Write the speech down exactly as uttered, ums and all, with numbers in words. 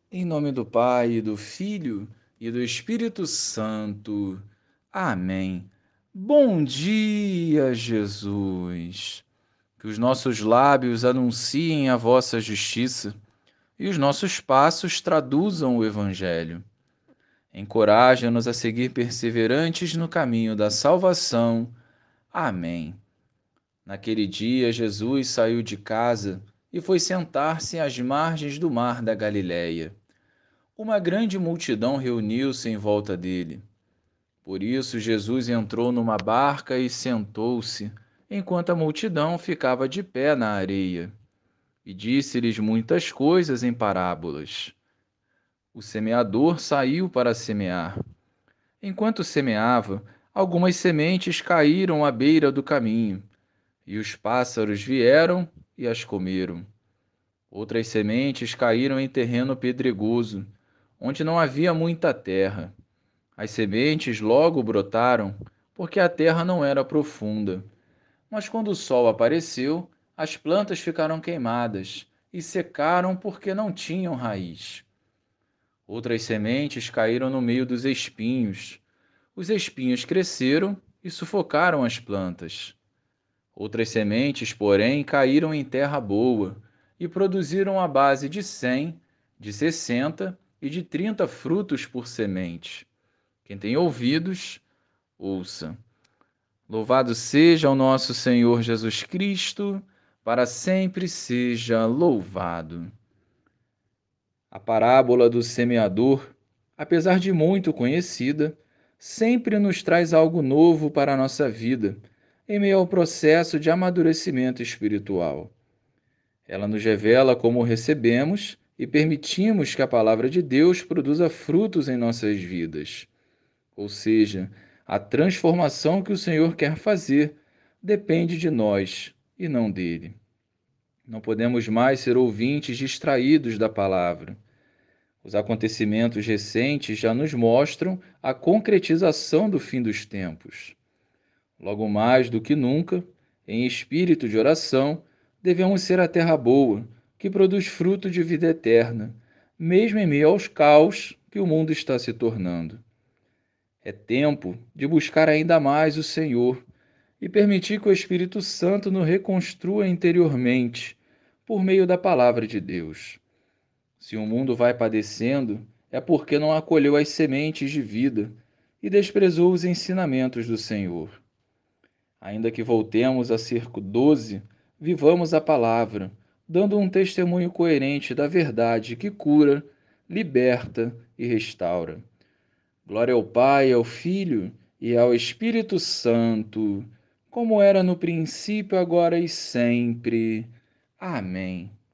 Em nome do Pai, e do Filho e do Espírito Santo. Amém. Bom dia, Jesus. Que os nossos lábios anunciem a vossa justiça e os nossos passos traduzam o Evangelho. Encoraja-nos a seguir perseverantes no caminho da salvação. Amém. Naquele dia, Jesus saiu de casa e foi sentar-se às margens do mar da Galileia. Uma grande multidão reuniu-se em volta dele. Por isso, Jesus entrou numa barca e sentou-se, enquanto a multidão ficava de pé na areia, e disse-lhes muitas coisas em parábolas. O semeador saiu para semear. Enquanto semeava, algumas sementes caíram à beira do caminho, e os pássaros vieram e as comeram. Outras sementes caíram em terreno pedregoso, onde não havia muita terra. As sementes logo brotaram, porque a terra não era profunda. Mas quando o sol apareceu, as plantas ficaram queimadas e secaram porque não tinham raiz. Outras sementes caíram no meio dos espinhos. Os espinhos cresceram e sufocaram as plantas. Outras sementes, porém, caíram em terra boa e produziram a base de cem, de sessenta e de trinta frutos por semente. Quem tem ouvidos, ouça. Louvado seja o nosso Senhor Jesus Cristo, para sempre seja louvado. A parábola do semeador, apesar de muito conhecida, sempre nos traz algo novo para a nossa vida, em meio ao processo de amadurecimento espiritual. Ela nos revela como recebemos e permitimos que a palavra de Deus produza frutos em nossas vidas. Ou seja, a transformação que o Senhor quer fazer depende de nós e não dele. Não podemos mais ser ouvintes distraídos da palavra. Os acontecimentos recentes já nos mostram a concretização do fim dos tempos. Logo mais do que nunca, em espírito de oração, devemos ser a terra boa, que produz fruto de vida eterna, mesmo em meio aos caos que o mundo está se tornando. É tempo de buscar ainda mais o Senhor e permitir que o Espírito Santo nos reconstrua interiormente por meio da palavra de Deus. Se o mundo vai padecendo, é porque não acolheu as sementes de vida e desprezou os ensinamentos do Senhor. Ainda que voltemos a ser doze, vivamos a palavra, dando um testemunho coerente da verdade que cura, liberta e restaura. Glória ao Pai, ao Filho e ao Espírito Santo, como era no princípio, agora e sempre. Amém.